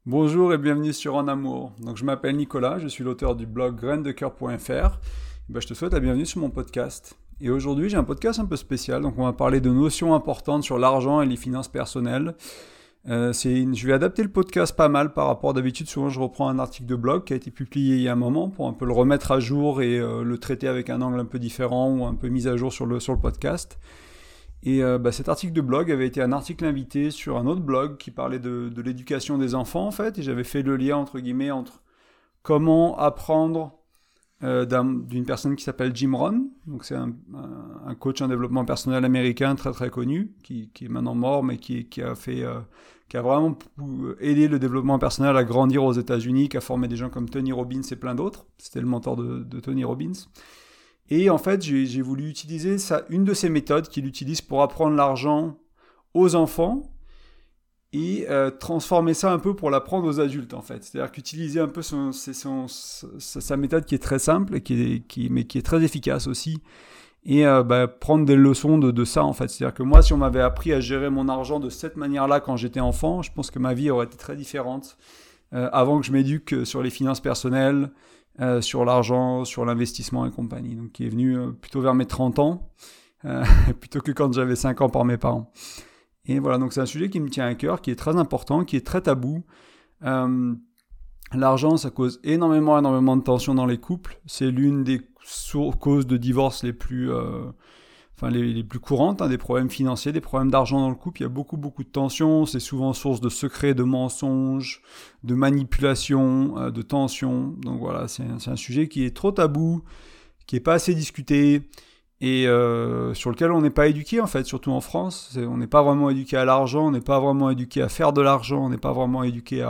Bonjour et bienvenue sur En Amour. Donc, je m'appelle Nicolas, je suis l'auteur du blog graindecoeur.fr. Je te souhaite la bienvenue sur mon podcast. Et aujourd'hui, j'ai un podcast un peu spécial. Donc, on va parler de notions importantes sur l'argent et les finances personnelles. Je vais adapter le podcast pas mal par rapport d'habitude. Souvent, je reprends un article de blog qui a été publié il y a un moment pour un peu le remettre à jour et le traiter avec un angle un peu différent ou un peu mis à jour sur le podcast. Et cet article de blog avait été un article invité sur un autre blog qui parlait de l'éducation des enfants, en fait. Et j'avais fait le lien, entre guillemets, entre comment apprendre d'une personne qui s'appelle Jim Rohn. Donc c'est un coach en développement personnel américain très très connu, qui est maintenant mort, mais qui a vraiment aidé le développement personnel à grandir aux États-Unis, qui a formé des gens comme Tony Robbins et plein d'autres. C'était le mentor de Tony Robbins. Et en fait, j'ai voulu utiliser une de ces méthodes qu'il utilise pour apprendre l'argent aux enfants et transformer ça un peu pour l'apprendre aux adultes, en fait. C'est-à-dire qu'utiliser un peu sa méthode qui est très simple, mais qui est très efficace aussi, et prendre des leçons de ça, en fait. C'est-à-dire que moi, si on m'avait appris à gérer mon argent de cette manière-là quand j'étais enfant, je pense que ma vie aurait été très différente avant que je m'éduque sur les finances personnelles, sur l'argent, sur l'investissement et compagnie. Donc, qui est venu plutôt vers mes 30 ans, plutôt que quand j'avais 5 ans par mes parents. Et voilà, donc c'est un sujet qui me tient à cœur, qui est très important, qui est très tabou. L'argent, ça cause énormément de tensions dans les couples. C'est l'une des causes de divorce les plus courantes, des problèmes financiers, des problèmes d'argent dans le couple. Il y a beaucoup de tensions. C'est souvent source de secrets, de mensonges, de manipulations, de tensions. Donc voilà, c'est un sujet qui est trop tabou, qui n'est pas assez discuté et sur lequel on n'est pas éduqué, en fait, surtout en France. On n'est pas vraiment éduqué à l'argent, on n'est pas vraiment éduqué à faire de l'argent, on n'est pas vraiment éduqué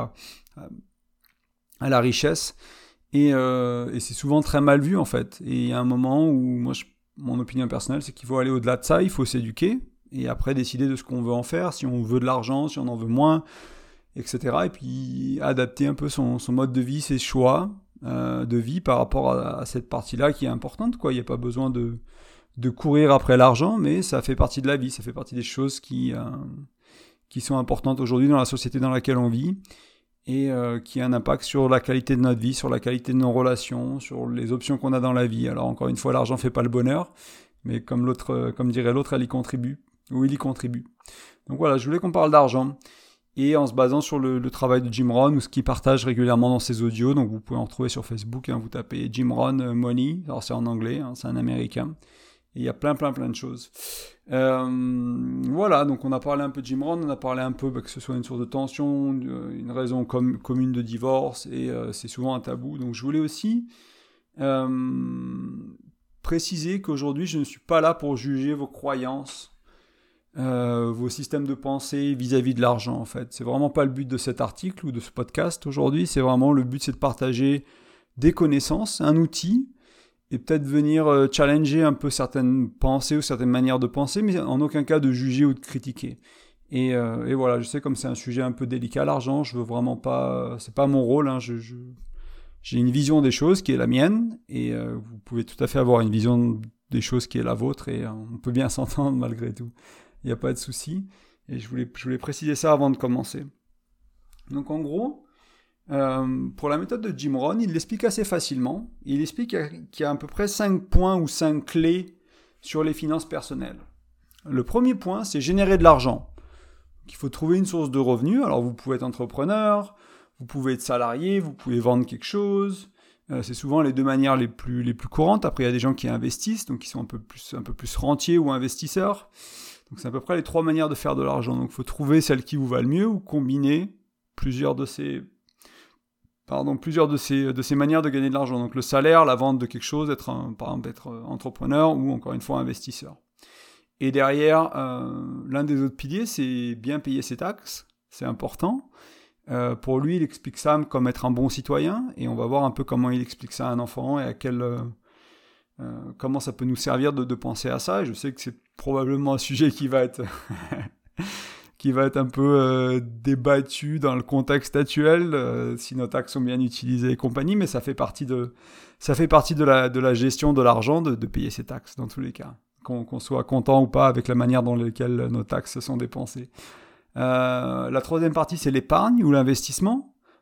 à la richesse. Et c'est souvent très mal vu, en fait. Et il y a un moment où mon opinion personnelle, c'est qu'il faut aller au-delà de ça, il faut s'éduquer, et après décider de ce qu'on veut en faire, si on veut de l'argent, si on en veut moins, etc. Et puis adapter un peu son mode de vie, ses choix de vie par rapport à cette partie-là qui est importante, quoi. Il n'y a pas besoin de courir après l'argent, mais ça fait partie de la vie, ça fait partie des choses qui sont importantes aujourd'hui dans la société dans laquelle on vit, et qui a un impact sur la qualité de notre vie, sur la qualité de nos relations, sur les options qu'on a dans la vie. Alors encore une fois, l'argent fait pas le bonheur, mais comme dirait l'autre, elle y contribue, ou il y contribue. Donc voilà, je voulais qu'on parle d'argent, et en se basant sur le travail de Jim Rohn, ou ce qu'il partage régulièrement dans ses audios. Donc vous pouvez en retrouver sur Facebook, vous tapez Jim Rohn Money, alors c'est en anglais, c'est un américain. Et il y a plein de choses. Voilà, donc on a parlé un peu de Jim Rohn, on a parlé un peu que ce soit une source de tension, une raison commune de divorce, et c'est souvent un tabou. Donc je voulais aussi préciser qu'aujourd'hui, je ne suis pas là pour juger vos croyances, vos systèmes de pensée vis-à-vis de l'argent, en fait. C'est vraiment pas le but de cet article ou de ce podcast aujourd'hui. C'est vraiment le but, c'est de partager des connaissances, un outil, et peut-être venir challenger un peu certaines pensées ou certaines manières de penser, mais en aucun cas de juger ou de critiquer. Et voilà, je sais, comme c'est un sujet un peu délicat, l'argent, je veux vraiment pas, c'est pas mon rôle, j'ai une vision des choses qui est la mienne, et vous pouvez tout à fait avoir une vision des choses qui est la vôtre, et on peut bien s'entendre malgré tout. Il n'y a pas de souci. Et je voulais préciser ça avant de commencer. Donc en gros, pour la méthode de Jim Rohn, il l'explique assez facilement. Il explique qu'il y a à peu près 5 points ou 5 clés sur les finances personnelles. Le premier point, c'est générer de l'argent. Il faut trouver une source de revenus. Alors vous pouvez être entrepreneur, vous pouvez être salarié, vous pouvez vendre quelque chose. C'est souvent les deux manières les plus courantes. Après, il y a des gens qui investissent, donc qui sont un peu plus rentiers ou investisseurs. Donc c'est à peu près les 3 manières de faire de l'argent. Donc il faut trouver celle qui vous va le mieux ou combiner plusieurs de ces manières de gagner de l'argent. Donc le salaire, la vente de quelque chose, par exemple être entrepreneur ou encore une fois investisseur. Et derrière, l'un des autres piliers, c'est bien payer ses taxes. C'est important. Pour lui, il explique ça comme être un bon citoyen, et on va voir un peu comment il explique ça à un enfant et comment ça peut nous servir de penser à ça. Et je sais que c'est probablement un sujet qui va être un peu débattu dans le contexte actuel, si nos taxes sont bien utilisées et compagnie, mais ça fait partie de la gestion de l'argent, de payer ses taxes dans tous les cas, qu'on soit content ou pas avec la manière dans laquelle nos taxes sont dépensées. La troisième partie, c'est l'épargne ou l'investissement.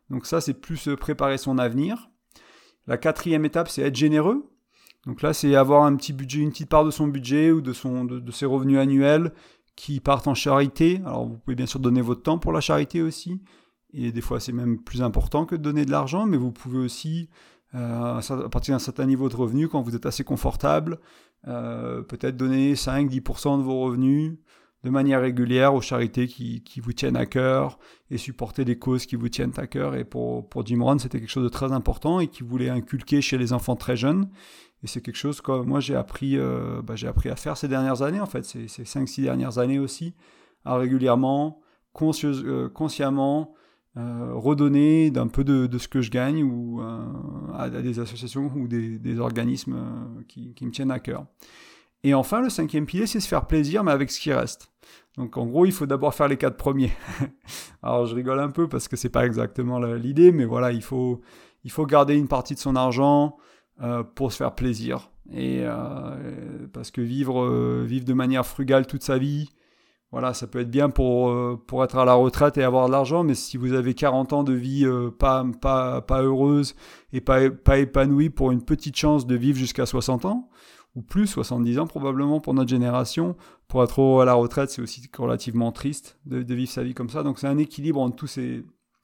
Donc ça, c'est plus préparer son avenir. La 4e étape, c'est être généreux. Donc là, c'est avoir un petit budget, une petite part de son budget ou de ses revenus annuels qui partent en charité. Alors, vous pouvez bien sûr donner votre temps pour la charité aussi. Et des fois, c'est même plus important que de donner de l'argent. Mais vous pouvez aussi, à partir d'un certain niveau de revenus, quand vous êtes assez confortable, peut-être donner 5-10% de vos revenus de manière régulière aux charités qui vous tiennent à cœur et supporter des causes qui vous tiennent à cœur. Et pour Jim Rohn, c'était quelque chose de très important et qu'il voulait inculquer chez les enfants très jeunes. Et c'est quelque chose que moi j'ai appris à faire ces dernières années, en fait, ces 5-6 dernières années aussi, à régulièrement, consciemment, redonner d'un peu de ce que je gagne ou à des associations ou des organismes qui me tiennent à cœur. Et enfin, le 5e pilier, c'est se faire plaisir, mais avec ce qui reste. Donc en gros, il faut d'abord faire les 4 premiers. Alors je rigole un peu parce que c'est pas exactement l'idée, mais voilà, il faut garder une partie de son argent pour se faire plaisir. Et parce que vivre de manière frugale toute sa vie, voilà, ça peut être bien pour être à la retraite et avoir de l'argent, mais si vous avez 40 ans de vie pas heureuse et pas épanouie pour une petite chance de vivre jusqu'à 60 ans, ou plus, 70 ans probablement pour notre génération, pour être à la retraite, c'est aussi relativement triste de vivre sa vie comme ça. Donc c'est un équilibre entre tous ces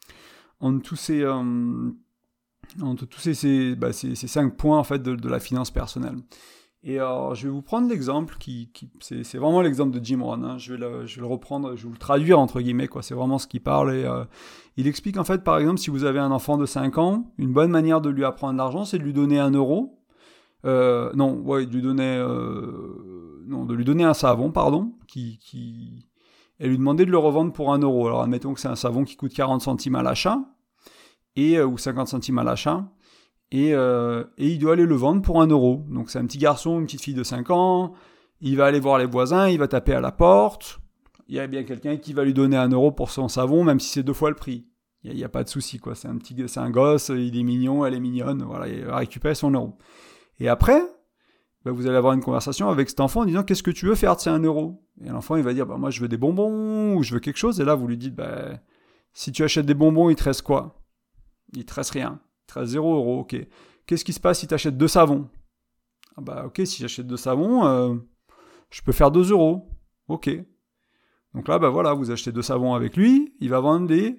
5 points en fait de la finance personnelle. Et alors, je vais vous prendre l'exemple c'est vraiment l'exemple de Jim Rohn. Hein. Je vais le reprendre, je vais vous le traduire entre guillemets, quoi. C'est vraiment ce qu'il parle. Et il explique en fait, par exemple, si vous avez un enfant de 5 ans, une bonne manière de lui apprendre l'argent, c'est de lui donner 1 euro. De lui donner un savon, et lui demander de le revendre pour 1 euro. Alors admettons que c'est un savon qui coûte 40 centimes à l'achat, ou 50 centimes à l'achat, et il doit aller le vendre pour 1 euro. Donc c'est un petit garçon, une petite fille de 5 ans, il va aller voir les voisins, il va taper à la porte, il y a bien quelqu'un qui va lui donner 1 euro pour son savon, même si c'est 2 fois le prix. Il n'y a pas de souci, quoi. C'est un gosse, il est mignon, elle est mignonne, voilà, il va récupérer son euro. Et après, vous allez avoir une conversation avec cet enfant en disant « Qu'est-ce que tu veux faire de ces 1 euro ?» Et l'enfant, il va dire « Moi, je veux des bonbons ou je veux quelque chose. » Et là, vous lui dites « Si tu achètes des bonbons, il te reste quoi ?» Il te reste rien. Il te reste 0 euro. Ok. Qu'est-ce qui se passe si tu achètes 2 savons ? Ok, si j'achète 2 savons, je peux faire 2 euros. Ok. Donc là, voilà, vous achetez 2 savons avec lui. Il va vendre les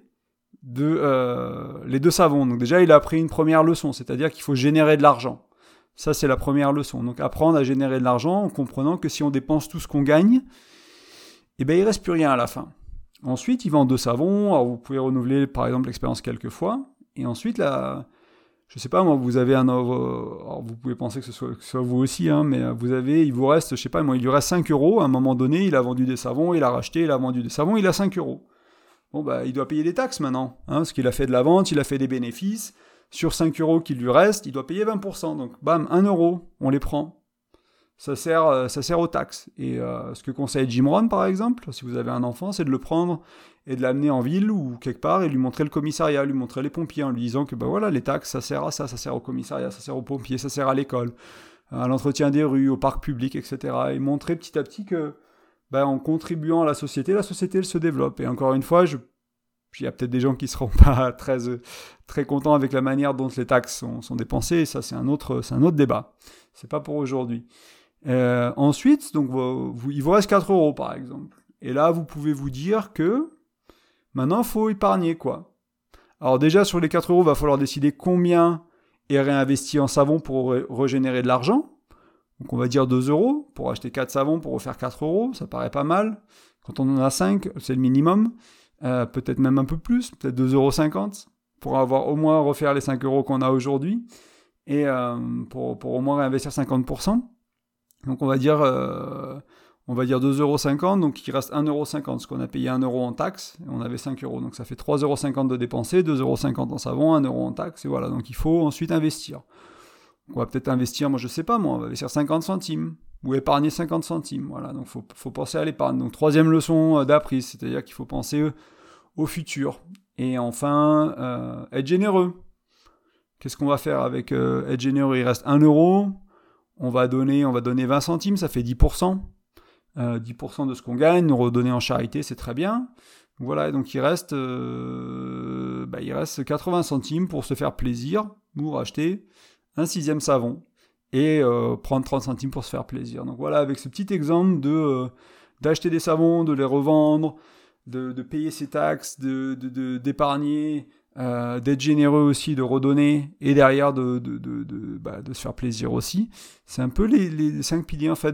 2 savons. Donc déjà, il a appris une première leçon, c'est-à-dire qu'il faut générer de l'argent. Ça, c'est la première leçon. Donc, apprendre à générer de l'argent en comprenant que si on dépense tout ce qu'on gagne, il ne reste plus rien à la fin. Ensuite, il vend 2 savons. Alors, vous pouvez renouveler, par exemple, l'expérience quelques fois. Et ensuite, là, je ne sais pas, moi, vous avez alors, vous pouvez penser que ce soit vous aussi, hein, mais il vous reste, je ne sais pas, moi, il lui reste 5 euros. À un moment donné, il a vendu des savons, il a racheté, il a vendu des savons, il a 5 euros. Bon, il doit payer des taxes maintenant, hein, parce qu'il a fait de la vente, il a fait des bénéfices. Sur 5 euros qu'il lui reste, il doit payer 20%. Donc, 1 euro, on les prend. Ça sert aux taxes. Et ce que conseille Jim Rohn, par exemple, si vous avez un enfant, c'est de le prendre et de l'amener en ville ou quelque part et lui montrer le commissariat, lui montrer les pompiers en lui disant que les taxes, ça sert à ça sert au commissariat, ça sert aux pompiers, ça sert à l'école, à l'entretien des rues, au parc public, etc. Et montrer petit à petit que, en contribuant à la société, elle se développe. Et encore une fois, il y a peut-être des gens qui ne seront pas très contents avec la manière dont les taxes sont dépensées, et ça c'est un autre débat. C'est pas pour aujourd'hui. Ensuite, donc, il vous reste 4 euros par exemple. Et là, vous pouvez vous dire que maintenant, il faut épargner, quoi. Alors déjà, sur les 4 euros, il va falloir décider combien est réinvesti en savon pour régénérer de l'argent. Donc on va dire 2 euros pour acheter 4 savons pour refaire 4 euros, ça paraît pas mal. Quand on en a 5, c'est le minimum. Peut-être même un peu plus, peut-être 2,50 € pour avoir au moins refaire les 5 euros qu'on a aujourd'hui et pour au moins réinvestir 50%. Donc on va dire 2,50 €, donc il reste 1,50 €, ce qu'on a payé 1 euro en taxes, et on avait 5 euros, donc ça fait 3,50 € de dépensés, 2,50 € en savon, 1 euro en taxes, et voilà, donc il faut ensuite investir. On va peut-être investir, moi je sais pas, on va investir 50 centimes, ou épargner 50 centimes, voilà, donc faut penser à l'épargne. Donc 3e leçon d'apprise, c'est-à-dire qu'il faut penser au futur. Et enfin, être généreux. Qu'est-ce qu'on va faire avec être généreux ? Il reste 1 euro, on va donner 20 centimes, ça fait 10%. 10% de ce qu'on gagne, nous redonner en charité, c'est très bien. Voilà, donc il reste 80 centimes pour se faire plaisir ou racheter un 6e savon et prendre 30 centimes pour se faire plaisir. Donc voilà, avec ce petit exemple d'acheter des savons, de les revendre, de payer ses taxes, d'épargner, d'être généreux aussi, de redonner, et derrière de se faire plaisir aussi. C'est un peu les 5 piliers en fait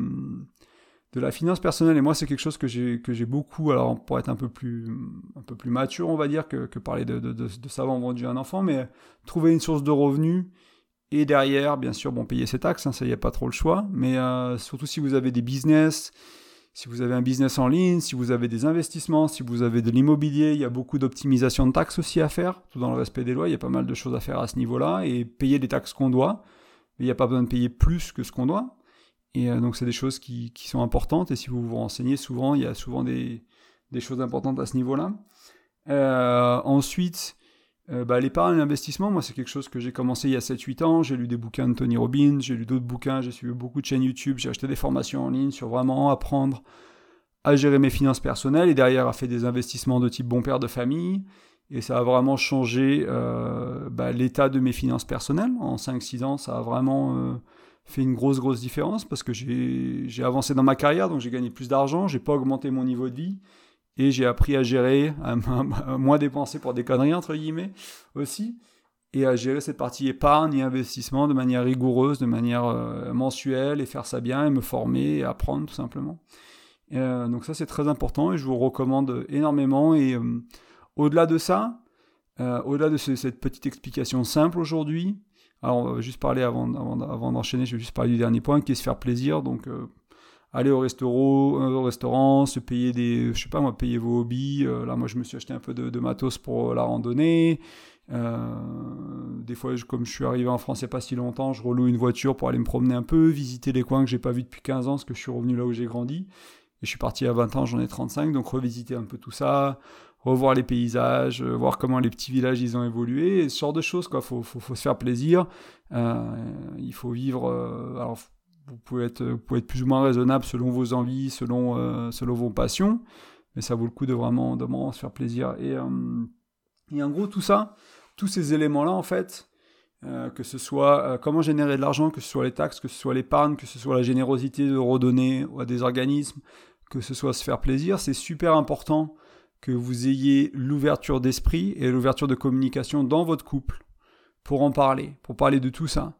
de la finance personnelle. Et moi, c'est quelque chose que j'ai beaucoup, alors pour être un peu plus mature, on va dire, que parler de savon vendu à un enfant, mais trouver une source de revenus. Et derrière, bien sûr, payer ses taxes, ça, il n'y a pas trop le choix. Mais surtout si vous avez des business, si vous avez un business en ligne, si vous avez des investissements, si vous avez de l'immobilier, il y a beaucoup d'optimisation de taxes aussi à faire, tout dans le respect des lois. Il y a pas mal de choses à faire à ce niveau-là. Et payer les taxes qu'on doit, mais il n'y a pas besoin de payer plus que ce qu'on doit. Et donc, c'est des choses qui sont importantes. Et si vous vous renseignez souvent, il y a souvent des choses importantes à ce niveau-là. Ensuite... l'épargne et l'investissement, moi c'est quelque chose que j'ai commencé il y a 7-8 ans, j'ai lu des bouquins de Tony Robbins, j'ai lu d'autres bouquins, j'ai suivi beaucoup de chaînes YouTube, j'ai acheté des formations en ligne sur vraiment apprendre à gérer mes finances personnelles et derrière à faire des investissements de type bon père de famille et ça a vraiment changé l'état de mes finances personnelles. En 5-6 ans, ça a vraiment fait une grosse différence parce que j'ai avancé dans ma carrière, donc j'ai gagné plus d'argent, j'ai pas augmenté mon niveau de vie. Et j'ai appris à gérer, à moins dépenser pour des conneries, entre guillemets, aussi, et à gérer cette partie épargne et investissement de manière rigoureuse, de manière mensuelle, et faire ça bien, et me former, et apprendre, tout simplement. Donc ça, c'est très important, et je vous recommande énormément. Et au-delà de ça, au-delà de cette petite explication simple aujourd'hui, alors on va juste parler, avant d'enchaîner, je vais juste parler du dernier point, qui est se faire plaisir, donc... aller au restaurant, se payer payer vos hobbies. Là, moi, je me suis acheté un peu de matos pour la randonnée. Des fois, comme je suis arrivé en France il n'y a pas si longtemps, je reloue une voiture pour aller me promener un peu, visiter les coins que j'ai pas vus depuis 15 ans, parce que je suis revenu là où j'ai grandi. Et je suis parti à 20 ans, j'en ai 35, donc revisiter un peu tout ça, revoir les paysages, voir comment les petits villages ils ont évolué, et ce genre de choses, quoi. Faut se faire plaisir. Il faut vivre... alors, vous pouvez être plus ou moins raisonnable selon vos envies, selon vos passions, mais ça vaut le coup de vraiment se faire plaisir. Et en gros, tout ça, tous ces éléments-là, en fait, que ce soit comment générer de l'argent, que ce soit les taxes, que ce soit l'épargne, que ce soit la générosité de redonner à des organismes, que ce soit se faire plaisir, c'est super important que vous ayez l'ouverture d'esprit et l'ouverture de communication dans votre couple pour parler de tout ça.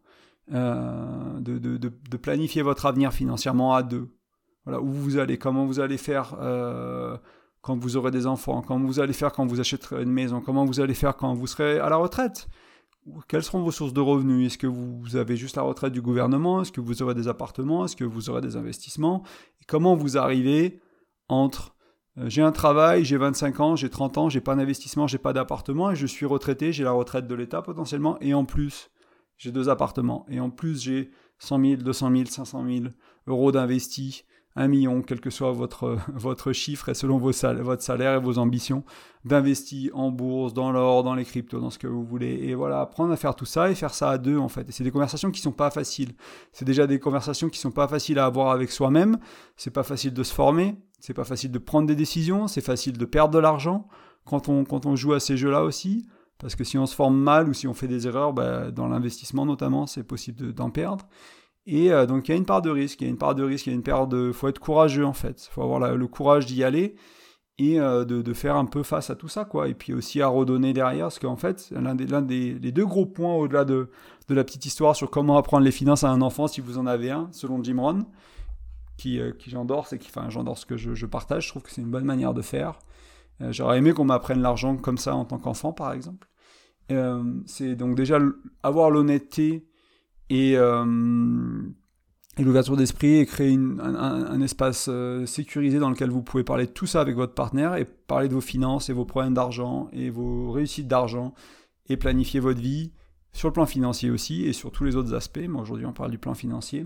De planifier votre avenir financièrement à deux. Voilà, où vous allez, comment vous allez faire quand vous aurez des enfants, comment vous allez faire quand vous achèterez une maison, comment vous allez faire quand vous serez à la retraite. Quelles seront vos sources de revenus? Est-ce que vous avez juste la retraite du gouvernement? Est-ce que vous aurez des appartements? Est-ce que vous aurez des investissements? Et comment vous arrivez entre j'ai un travail, j'ai 25 ans, j'ai 30 ans, j'ai pas d'investissement, j'ai pas d'appartement et je suis retraité, j'ai la retraite de l'État potentiellement et en plus j'ai 2 appartements. Et en plus, j'ai 100 000, 200 000, 500 000 euros d'investis, 1 million, quel que soit votre chiffre et selon votre salaire et vos ambitions, d'investis en bourse, dans l'or, dans les cryptos, dans ce que vous voulez. Et voilà, apprendre à faire tout ça et faire ça à deux, en fait. Et c'est des conversations qui sont pas faciles. C'est déjà des conversations qui sont pas faciles à avoir avec soi-même. C'est pas facile de se former. C'est pas facile de prendre des décisions. C'est facile de perdre de l'argent quand on joue à ces jeux-là aussi. Parce que si on se forme mal ou si on fait des erreurs, dans l'investissement notamment, c'est possible d'en perdre. Et donc il y a une part de risque, faut être courageux en fait. Il faut avoir le courage d'y aller et de faire un peu face à tout ça, quoi. Et puis aussi à redonner derrière, parce qu'en fait, les 2 gros points au-delà de la petite histoire sur comment apprendre les finances à un enfant, si vous en avez un, selon Jim Rohn, qui j'endorse j'endorse ce que je partage, je trouve que c'est une bonne manière de faire. J'aurais aimé qu'on m'apprenne l'argent comme ça en tant qu'enfant, par exemple. C'est donc déjà avoir l'honnêteté et l'ouverture d'esprit et créer un espace sécurisé dans lequel vous pouvez parler de tout ça avec votre partenaire et parler de vos finances et vos problèmes d'argent et vos réussites d'argent et planifier votre vie sur le plan financier aussi et sur tous les autres aspects. Mais aujourd'hui, on parle du plan financier.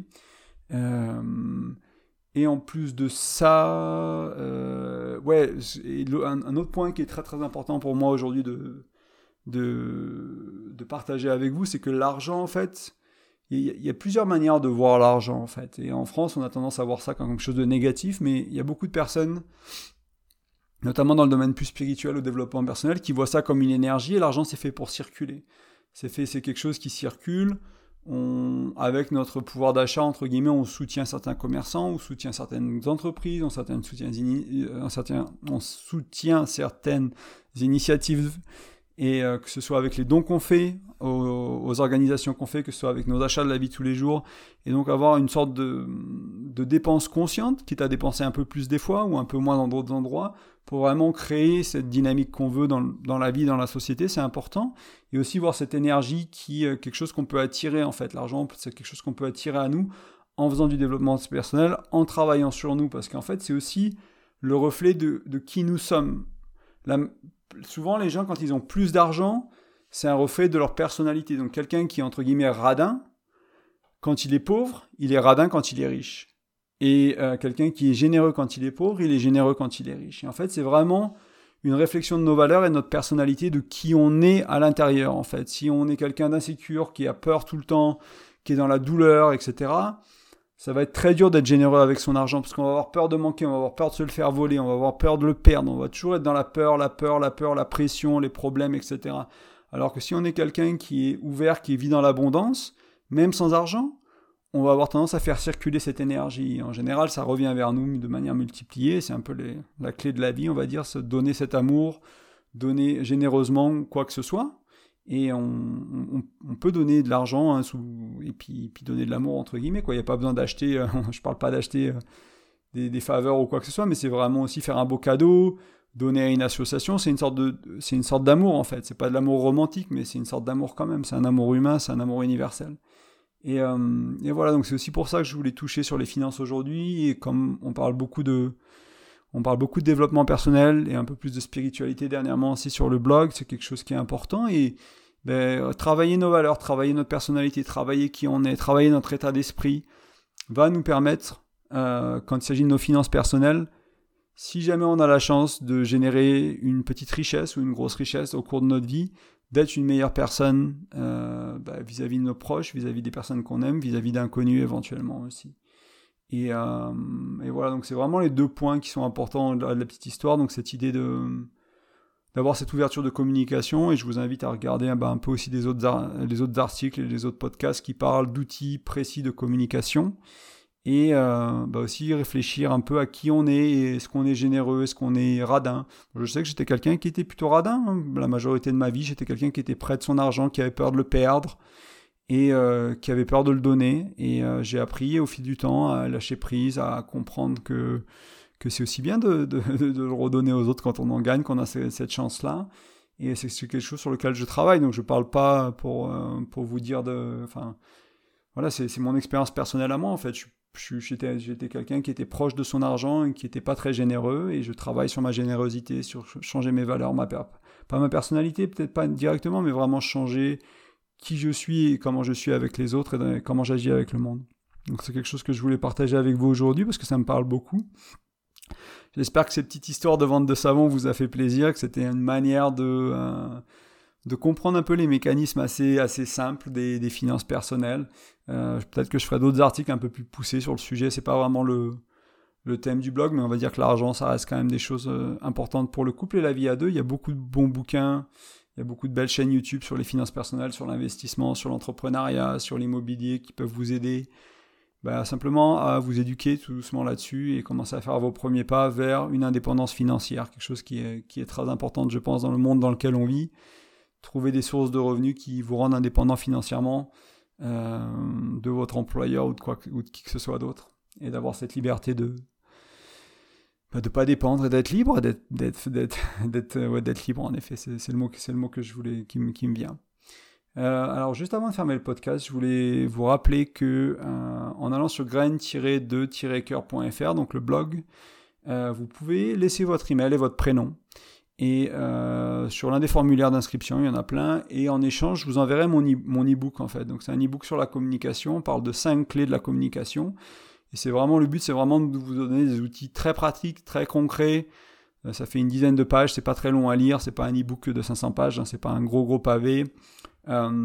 Et en plus de ça, un autre point qui est très très important pour moi aujourd'hui de partager avec vous, c'est que l'argent, en fait, il y a plusieurs manières de voir l'argent, en fait. Et en France, on a tendance à voir ça comme quelque chose de négatif, mais il y a beaucoup de personnes notamment dans le domaine plus spirituel, au développement personnel, qui voient ça comme une énergie, et l'argent c'est fait pour circuler. C'est quelque chose qui circule. Avec notre pouvoir d'achat, entre guillemets, on soutient certains commerçants, on soutient certaines entreprises, on soutient certaines initiatives, et que ce soit avec les dons qu'on fait, aux organisations qu'on fait, que ce soit avec nos achats de la vie de tous les jours, et donc avoir une sorte de dépense consciente, quitte à dépenser un peu plus des fois, ou un peu moins dans d'autres endroits, pour vraiment créer cette dynamique qu'on veut dans la vie, dans la société, c'est important. Et aussi voir cette énergie qui est quelque chose qu'on peut attirer, en fait. L'argent, c'est quelque chose qu'on peut attirer à nous en faisant du développement personnel, en travaillant sur nous, parce qu'en fait, c'est aussi le reflet de qui nous sommes. Souvent, les gens, quand ils ont plus d'argent, c'est un reflet de leur personnalité. Donc, quelqu'un qui est, entre guillemets, radin, quand il est pauvre, il est radin quand il est riche. Et quelqu'un qui est généreux quand il est pauvre, il est généreux quand il est riche. Et en fait, c'est vraiment une réflexion de nos valeurs et de notre personnalité, de qui on est à l'intérieur, en fait. Si on est quelqu'un d'insécure, qui a peur tout le temps, qui est dans la douleur, etc., ça va être très dur d'être généreux avec son argent, parce qu'on va avoir peur de manquer, on va avoir peur de se le faire voler, on va avoir peur de le perdre, on va toujours être dans la peur, la pression, les problèmes, etc. Alors que si on est quelqu'un qui est ouvert, qui vit dans l'abondance, même sans argent, on va avoir tendance à faire circuler cette énergie. En général, ça revient vers nous de manière multipliée. C'est un peu la clé de la vie, on va dire, se donner cet amour, donner généreusement quoi que ce soit. Et on peut donner de l'argent et puis donner de l'amour, entre guillemets, quoi. Il n'y a pas besoin d'acheter, je ne parle pas d'acheter des faveurs ou quoi que ce soit, mais c'est vraiment aussi faire un beau cadeau, donner à une association. C'est une sorte d'amour, en fait. C'est pas de l'amour romantique, mais c'est une sorte d'amour quand même. C'est un amour humain, c'est un amour universel. Et voilà, donc c'est aussi pour ça que je voulais toucher sur les finances aujourd'hui, et comme on parle beaucoup de développement personnel et un peu plus de spiritualité dernièrement aussi sur le blog, c'est quelque chose qui est important, et travailler nos valeurs, travailler notre personnalité, travailler qui on est, travailler notre état d'esprit, va nous permettre, quand il s'agit de nos finances personnelles, si jamais on a la chance de générer une petite richesse ou une grosse richesse au cours de notre vie, d'être une meilleure personne vis-à-vis de nos proches, vis-à-vis des personnes qu'on aime, vis-à-vis d'inconnus éventuellement aussi. Et voilà, donc c'est vraiment les deux points qui sont importants de la petite histoire, donc cette idée d'avoir cette ouverture de communication, et je vous invite à regarder un peu aussi les autres articles et les autres podcasts qui parlent d'outils précis de communication, et aussi réfléchir un peu à qui on est, et est-ce qu'on est généreux, est-ce qu'on est radin. Je sais que j'étais quelqu'un qui était plutôt radin, hein. La majorité de ma vie, j'étais quelqu'un qui était près de son argent, qui avait peur de le perdre, et qui avait peur de le donner, et j'ai appris au fil du temps à lâcher prise, à comprendre que c'est aussi bien de le redonner aux autres quand on en gagne, qu'on a cette chance-là, et c'est quelque chose sur lequel je travaille, donc je ne parle pas pour vous dire voilà, c'est mon expérience personnelle à moi, en fait. J'étais quelqu'un qui était proche de son argent et qui n'était pas très généreux, et je travaille sur ma générosité, sur changer mes valeurs, pas ma personnalité, peut-être pas directement, mais vraiment changer qui je suis et comment je suis avec les autres, et comment j'agis avec le monde. Donc c'est quelque chose que je voulais partager avec vous aujourd'hui parce que ça me parle beaucoup. J'espère que cette petite histoire de vente de savon vous a fait plaisir, que c'était une manière de comprendre un peu les mécanismes assez simples des finances personnelles. Peut-être que je ferai d'autres articles un peu plus poussés sur le sujet. C'est pas vraiment le thème du blog, mais on va dire que l'argent, ça reste quand même des choses importantes pour le couple et la vie à deux. Il y a beaucoup de bons bouquins, il y a beaucoup de belles chaînes YouTube sur les finances personnelles, sur l'investissement, sur l'entrepreneuriat, sur l'immobilier qui peuvent vous aider simplement à vous éduquer tout doucement là-dessus et commencer à faire vos premiers pas vers une indépendance financière, quelque chose qui est très importante, je pense, dans le monde dans lequel on vit. Trouver des sources de revenus qui vous rendent indépendant financièrement de votre employeur ou de qui que ce soit d'autre, et d'avoir cette liberté de pas dépendre et d'être libre, d'être libre, en effet, c'est le mot que je voulais, qui me vient. Alors juste avant de fermer le podcast, je voulais vous rappeler que en allant sur grain-2-coeur.fr, donc le blog, vous pouvez laisser votre email et votre prénom. Et sur l'un des formulaires d'inscription, il y en a plein, et en échange, je vous enverrai mon e-book, en fait. Donc c'est un e-book sur la communication, on parle de 5 clés de la communication, et le but, c'est vraiment de vous donner des outils très pratiques, très concrets. Ça fait une dizaine de pages, c'est pas très long à lire, c'est pas un e-book de 500 pages, hein, c'est pas un gros pavé,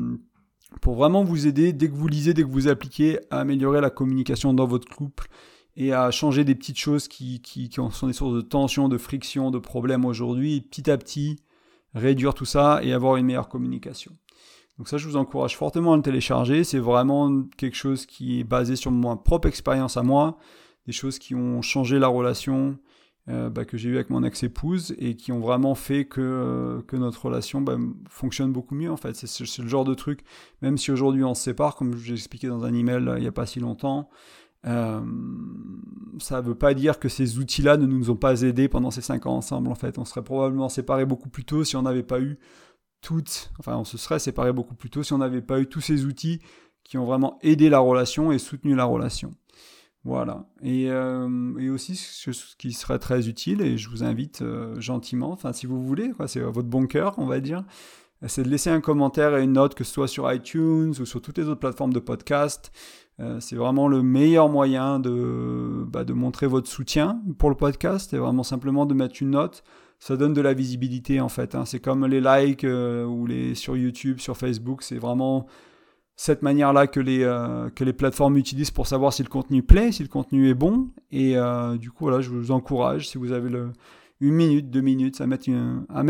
pour vraiment vous aider, dès que vous lisez, dès que vous appliquez, à améliorer la communication dans votre couple, et à changer des petites choses qui sont des sources de tension, de friction, de problèmes aujourd'hui, petit à petit, réduire tout ça et avoir une meilleure communication. Donc ça, je vous encourage fortement à le télécharger. C'est vraiment quelque chose qui est basé sur ma propre expérience à moi, des choses qui ont changé la relation que j'ai eue avec mon ex-épouse et qui ont vraiment fait que notre relation fonctionne beaucoup mieux en fait. C'est le genre de truc, même si aujourd'hui on se sépare, comme j'ai expliqué dans un email il n'y a pas si longtemps, ça ne veut pas dire que ces outils-là ne nous ont pas aidés pendant ces 5 ans ensemble en fait. On serait probablement séparés beaucoup plus tôt si on n'avait pas eu on se serait séparés beaucoup plus tôt si on n'avait pas eu tous ces outils qui ont vraiment aidé la relation et soutenu la relation. Voilà. Et aussi, ce qui serait très utile, et je vous invite gentiment, si vous voulez, c'est votre bon cœur, on va dire, c'est de laisser un commentaire et une note, que ce soit sur iTunes ou sur toutes les autres plateformes de podcast. C'est vraiment le meilleur moyen de montrer votre soutien pour le podcast, et vraiment simplement de mettre une note. Ça donne de la visibilité en fait. C'est comme les likes sur YouTube, sur Facebook, c'est vraiment cette manière-là que les plateformes utilisent pour savoir si le contenu plaît, si le contenu est bon. Et du coup, voilà, je vous encourage, si vous avez 1 minute, 2 minutes, à mettre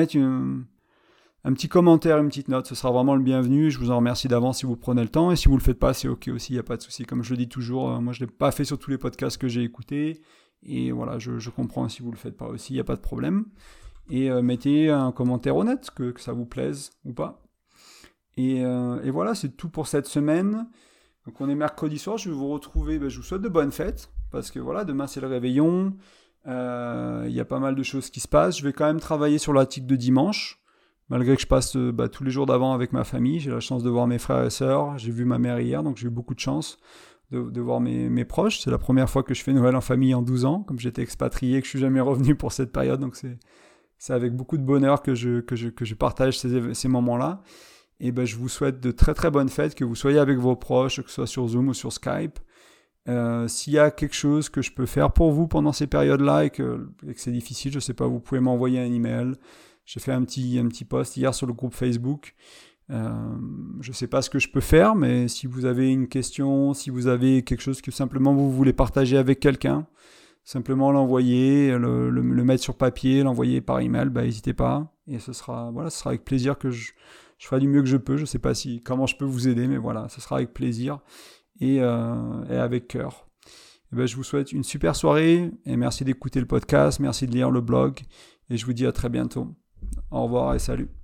un petit commentaire, une petite note. Ce sera vraiment le bienvenu. Je vous en remercie d'avance si vous prenez le temps. Et si vous ne le faites pas, c'est OK aussi, il n'y a pas de souci. Comme je le dis toujours, moi, je ne l'ai pas fait sur tous les podcasts que j'ai écoutés. Et voilà, je comprends si vous ne le faites pas aussi, il n'y a pas de problème. Et mettez un commentaire honnête, que ça vous plaise ou pas. Et voilà, c'est tout pour cette semaine. Donc on est mercredi soir, je vais vous retrouver, je vous souhaite de bonnes fêtes, parce que voilà, demain c'est le réveillon, y a pas mal de choses qui se passent. Je vais quand même travailler sur l'article de dimanche, malgré que je passe tous les jours d'avant avec ma famille. J'ai la chance de voir mes frères et sœurs, j'ai vu ma mère hier, donc j'ai eu beaucoup de chance de voir mes proches. C'est la première fois que je fais Noël en famille en 12 ans, comme j'étais expatrié, que je suis jamais revenu pour cette période, donc c'est avec beaucoup de bonheur que je partage ces moments-là. Et je vous souhaite de très très bonnes fêtes, que vous soyez avec vos proches, que ce soit sur Zoom ou sur Skype. S'il y a quelque chose que je peux faire pour vous pendant ces périodes-là et que c'est difficile, je ne sais pas, vous pouvez m'envoyer un email. J'ai fait un petit post hier sur le groupe Facebook. Je ne sais pas ce que je peux faire, mais si vous avez une question, si vous avez quelque chose que simplement vous voulez partager avec quelqu'un, simplement l'envoyer, le mettre sur papier, l'envoyer par email, n'hésitez pas. Et ce sera avec plaisir que je ferai du mieux que je peux. Je ne sais pas comment je peux vous aider, mais voilà, ce sera avec plaisir et avec cœur. Je vous souhaite une super soirée et merci d'écouter le podcast, merci de lire le blog et je vous dis à très bientôt. Au revoir et salut.